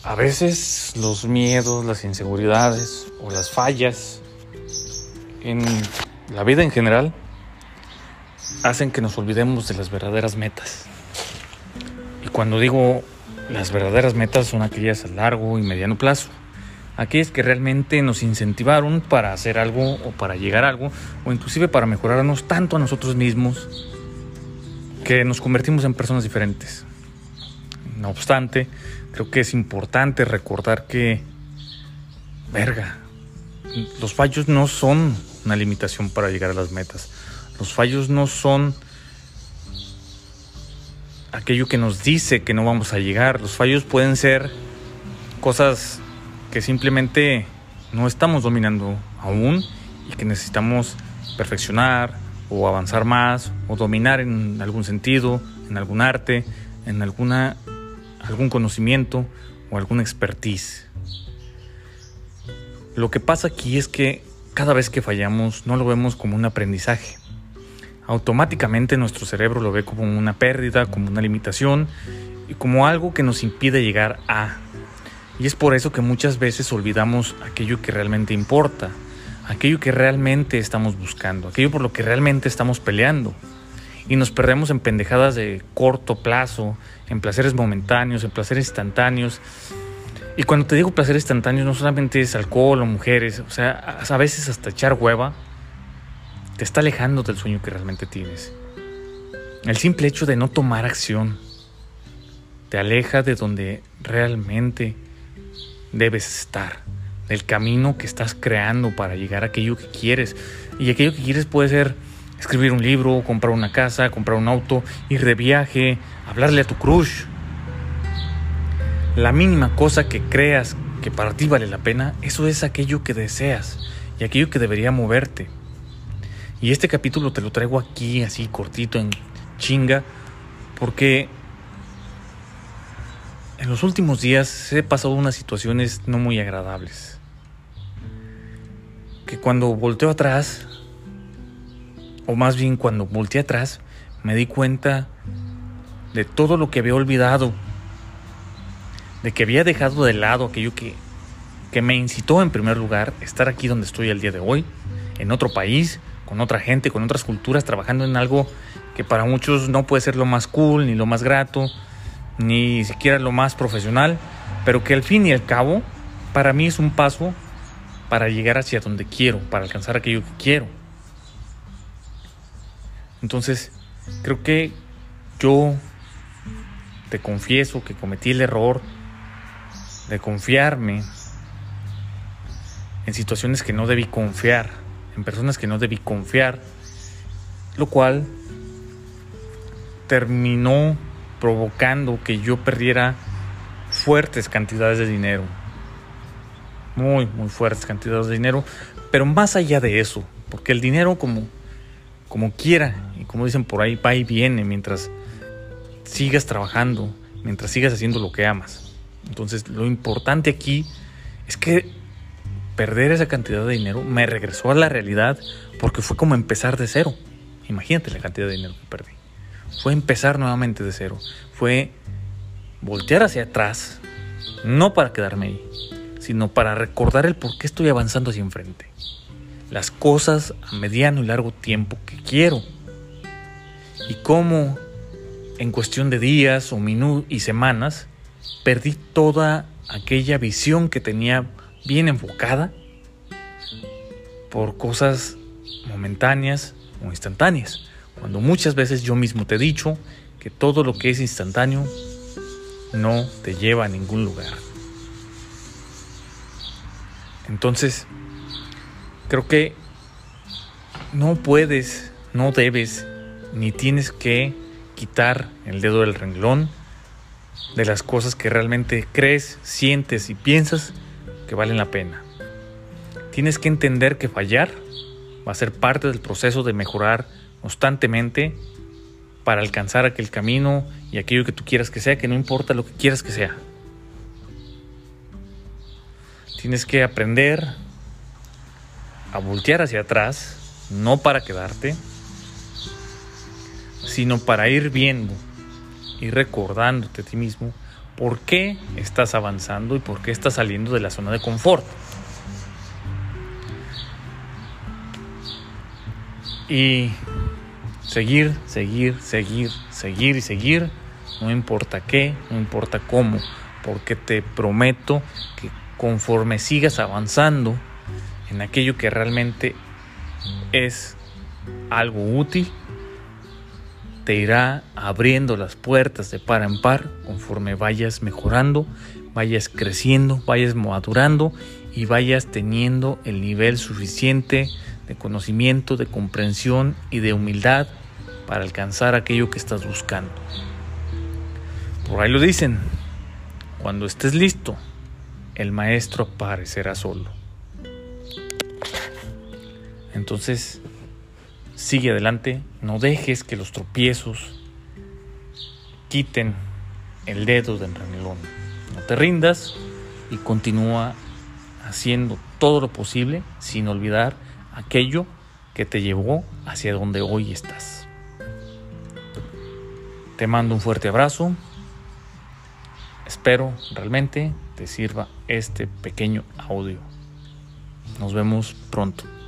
A veces los miedos, las inseguridades o las fallas en la vida en general hacen que nos olvidemos de las verdaderas metas. Y cuando digo las verdaderas metas son aquellas a largo y mediano plazo, aquellas que realmente nos incentivaron para hacer algo o para llegar a algo, o inclusive para mejorarnos tanto a nosotros mismos que nos convertimos en personas diferentes. No obstante, creo que es importante recordar que, los fallos no son una limitación para llegar a las metas. Los fallos no son aquello que nos dice que no vamos a llegar. Los fallos pueden ser cosas que simplemente no estamos dominando aún y que necesitamos perfeccionar o avanzar más o dominar en algún sentido, en algún arte, en algún conocimiento o alguna expertise. Lo que pasa aquí es que cada vez que fallamos no lo vemos como un aprendizaje. Automáticamente nuestro cerebro lo ve como una pérdida, como una limitación y como algo que nos impide llegar a. Y es por eso que muchas veces olvidamos aquello que realmente importa, aquello que realmente estamos buscando, aquello por lo que realmente estamos peleando. Y nos perdemos en pendejadas de corto plazo, en placeres momentáneos, en placeres instantáneos. Y cuando te digo placeres instantáneos, no solamente es alcohol o mujeres, o sea, a veces hasta echar hueva te está alejando del sueño que realmente tienes. El simple hecho de no tomar acción te aleja de donde realmente debes estar, del camino que estás creando para llegar a aquello que quieres. Y aquello que quieres puede ser escribir un libro, comprar una casa, comprar un auto, ir de viaje, hablarle a tu crush. La mínima cosa que creas que para ti vale la pena, eso es aquello que deseas y aquello que debería moverte. Y este capítulo te lo traigo aquí, así cortito, en chinga, porque en los últimos días he pasado unas situaciones no muy agradables. Que cuando volteo atrás, o más bien cuando volteé atrás, me di cuenta de todo lo que había olvidado, de que había dejado de lado aquello que me incitó en primer lugar a estar aquí donde estoy el día de hoy, en otro país, con otra gente, con otras culturas, trabajando en algo que para muchos no puede ser lo más cool, ni lo más grato, ni siquiera lo más profesional, pero que al fin y al cabo, para mí es un paso para llegar hacia donde quiero, para alcanzar aquello que quiero. Entonces, creo que yo te confieso que cometí el error de confiarme en situaciones que no debí confiar, en personas que no debí confiar, lo cual terminó provocando que yo perdiera fuertes cantidades de dinero, muy, muy fuertes cantidades de dinero, pero más allá de eso, porque el dinero como quiera, y como dicen por ahí, va y viene mientras sigas trabajando, mientras sigas haciendo lo que amas. Entonces, lo importante aquí es que perder esa cantidad de dinero me regresó a la realidad, porque fue como empezar de cero. Imagínate la cantidad de dinero que perdí. Fue empezar nuevamente de cero. Fue voltear hacia atrás, no para quedarme ahí, sino para recordar el por qué estoy avanzando hacia enfrente. Las cosas a mediano y largo tiempo que quiero. Y cómo en cuestión de días o minutos y semanas perdí toda aquella visión que tenía bien enfocada por cosas momentáneas o instantáneas. Cuando muchas veces yo mismo te he dicho que todo lo que es instantáneo no te lleva a ningún lugar. Entonces, creo que no puedes, no debes, ni tienes que quitar el dedo del renglón de las cosas que realmente crees, sientes y piensas que valen la pena. Tienes que entender que fallar va a ser parte del proceso de mejorar constantemente para alcanzar aquel camino y aquello que tú quieras que sea, que no importa lo que quieras que sea. Tienes que aprender a voltear hacia atrás, no para quedarte, sino para ir viendo y recordándote a ti mismo por qué estás avanzando y por qué estás saliendo de la zona de confort. Y seguir, no importa qué, no importa cómo, porque te prometo que conforme sigas avanzando en aquello que realmente es algo útil, te irá abriendo las puertas de par en par conforme vayas mejorando, vayas creciendo, vayas madurando y vayas teniendo el nivel suficiente de conocimiento, de comprensión y de humildad para alcanzar aquello que estás buscando. Por ahí lo dicen, cuando estés listo, el maestro aparecerá solo. Entonces, sigue adelante, no dejes que los tropiezos quiten el dedo del renglón. No te rindas y continúa haciendo todo lo posible sin olvidar aquello que te llevó hacia donde hoy estás. Te mando un fuerte abrazo. Espero realmente te sirva este pequeño audio. Nos vemos pronto.